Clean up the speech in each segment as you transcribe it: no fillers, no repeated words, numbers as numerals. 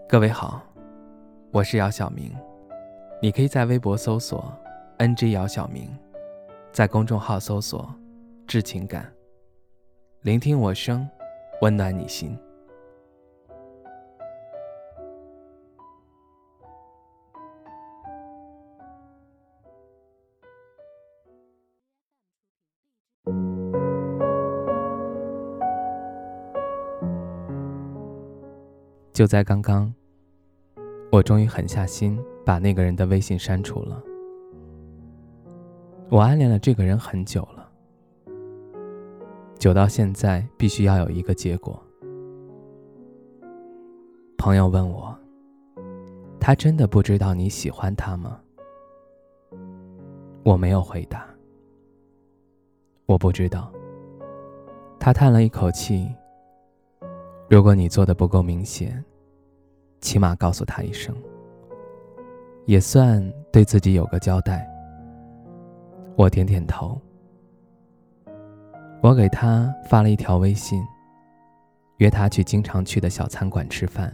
各位好，我是姚晓明，你可以在微博搜索 NG 姚晓明，在公众号搜索致情感，聆听我声，温暖你心。就在刚刚，我终于狠下心把那个人的微信删除了。我暗恋了这个人很久了，久到现在必须要有一个结果。朋友问我，他真的不知道你喜欢他吗？我没有回答，我不知道。他叹了一口气，如果你做得不够明显，起码告诉他一声，也算对自己有个交代。我点点头。我给他发了一条微信，约他去经常去的小餐馆吃饭。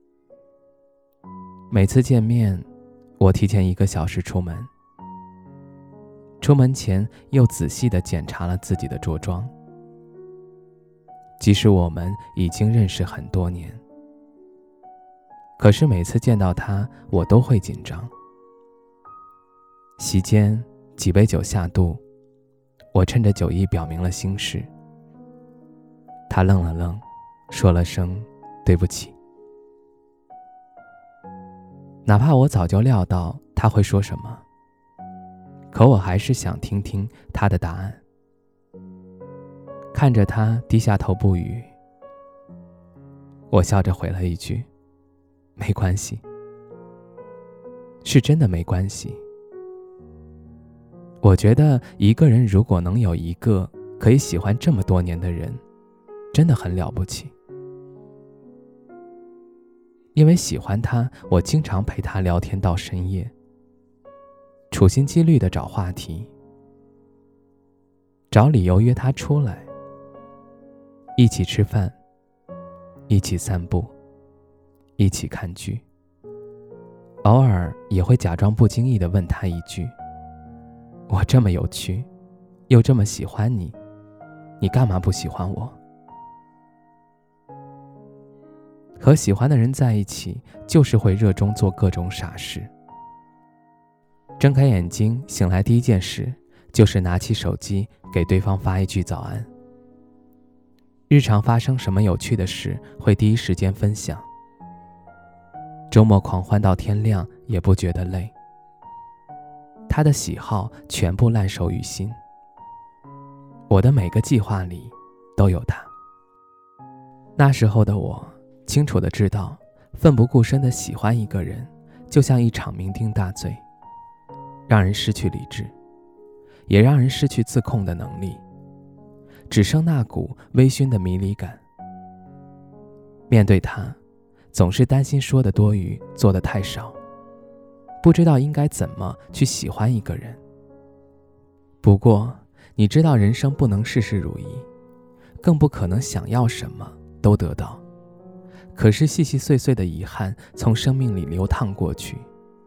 每次见面，我提前1个小时出门。出门前又仔细地检查了自己的着装。即使我们已经认识很多年，可是每次见到他，我都会紧张。席间几杯酒下肚，我趁着酒意表明了心事。他愣了愣，说了声对不起。哪怕我早就料到他会说什么，可我还是想听听他的答案。看着他低下头不语，我笑着回了一句，没关系。是真的没关系。我觉得一个人如果能有一个可以喜欢这么多年的人，真的很了不起。因为喜欢他，我经常陪他聊天到深夜，处心积虑地找话题，找理由约他出来，一起吃饭，一起散步，一起看剧。偶尔也会假装不经意地问他一句，我这么有趣，又这么喜欢你，你干嘛不喜欢我？和喜欢的人在一起，就是会热衷做各种傻事。睁开眼睛醒来第一件事，就是拿起手机给对方发一句早安。日常发生什么有趣的事，会第一时间分享。周末狂欢到天亮也不觉得累。他的喜好全部烂熟于心，我的每个计划里都有他。那时候的我清楚地知道，奋不顾身地喜欢一个人，就像一场酩酊大醉，让人失去理智，也让人失去自控的能力，只剩那股微醺的迷离感。面对他，总是担心说的多余，做的太少，不知道应该怎么去喜欢一个人。不过，你知道人生不能事事如意，更不可能想要什么都得到。可是细细碎碎的遗憾从生命里流淌过去。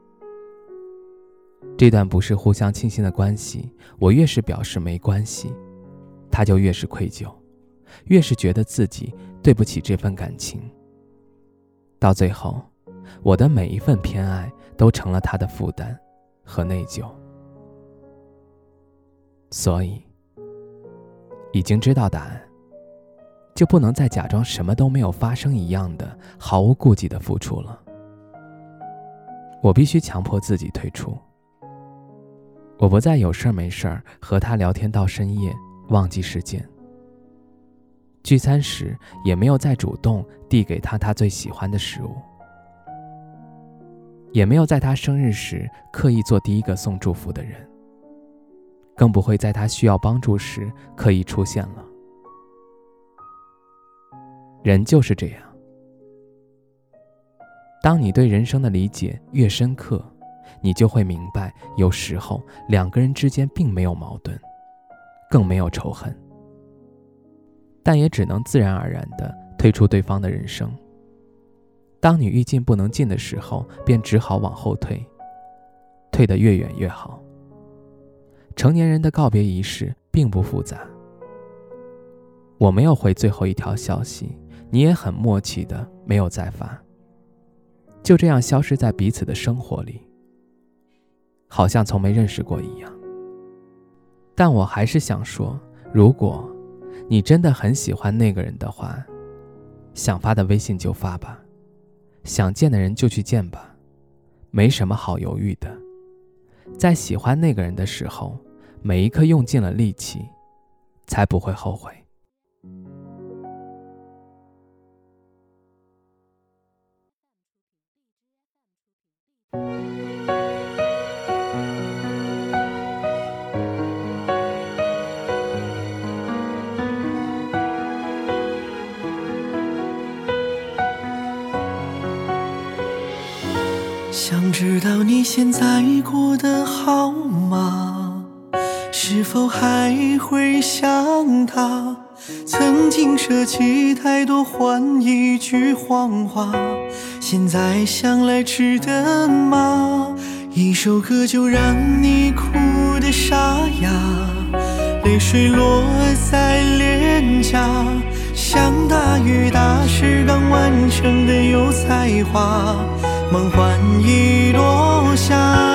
这段不是互相倾心的关系，我越是表示没关系，他就越是愧疚，越是觉得自己对不起这份感情。到最后，我的每一份偏爱都成了他的负担和内疚。所以，已经知道答案，就不能再假装什么都没有发生一样的毫无顾忌的付出了。我必须强迫自己退出。我不再有事没事和他聊天到深夜，忘记时间。聚餐时也没有再主动递给他最喜欢的食物，也没有在他生日时刻意做第一个送祝福的人，更不会在他需要帮助时刻意出现了。人就是这样，当你对人生的理解越深刻，你就会明白，有时候两个人之间并没有矛盾，更没有仇恨，但也只能自然而然地退出对方的人生， 当你愈进不能进的时候，便只好往后退，退得越远越好。成年人的告别仪式并不复杂，我没有回最后一条消息，你也很默契的没有再发，就这样消失在彼此的生活里，好像从没认识过一样。但我还是想说，如果你真的很喜欢那个人的话，想发的微信就发吧，想见的人就去见吧，没什么好犹豫的。在喜欢那个人的时候，每一刻用尽了力气，才不会后悔。 想知道你现在过得好吗？是否还会想他？曾经舍弃太多换一句谎话，现在想来值得吗？一首歌就让你哭得沙哑，泪水落在脸颊，像大雨打湿刚完成的有才华，梦幻已落下。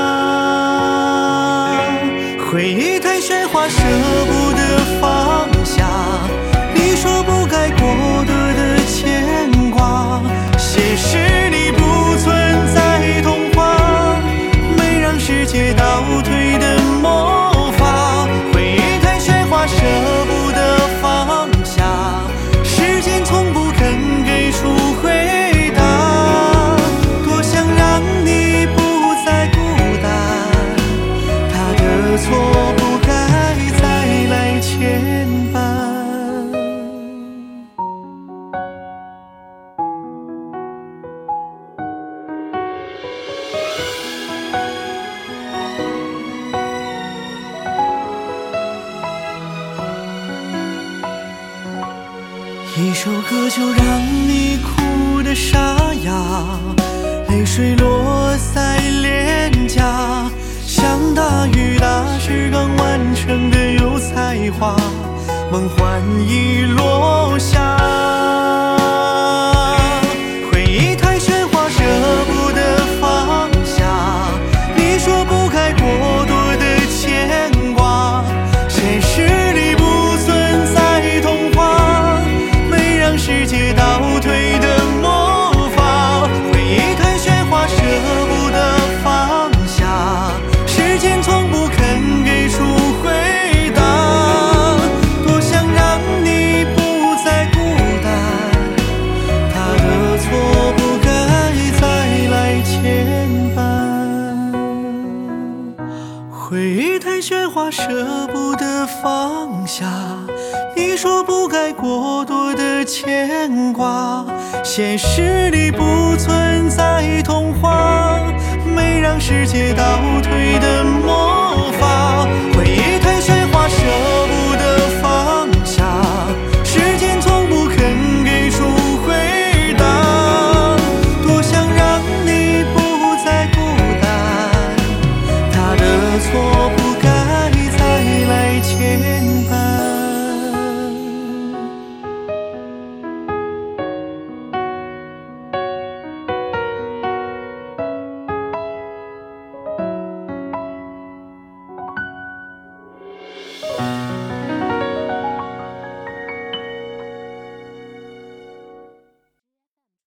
回忆太喧哗，舍不得放下，你说不该过多的牵挂，现实里不存在童话，没让世界倒退的魔法。回忆太喧哗，舍不得放下，时间从不肯给出回答，多想让你不再孤单，他的错不该再来牵绊。一首歌就让你哭得沙哑，泪水落在脸颊，像大雨打湿刚完成的有才华，梦幻已落下。回忆太喧哗，舍不得放下，你说不该过多的牵挂，现实里不存在童话，没让世界倒退的魔法。回忆太喧哗，舍不得放下，时间从不肯给出回答，多想让你不再孤单，他的错不该再来牵绊。回忆太喧哗，舍不得放下，你说不该过多的牵挂，现实里不存在童话，没让世界倒退的魔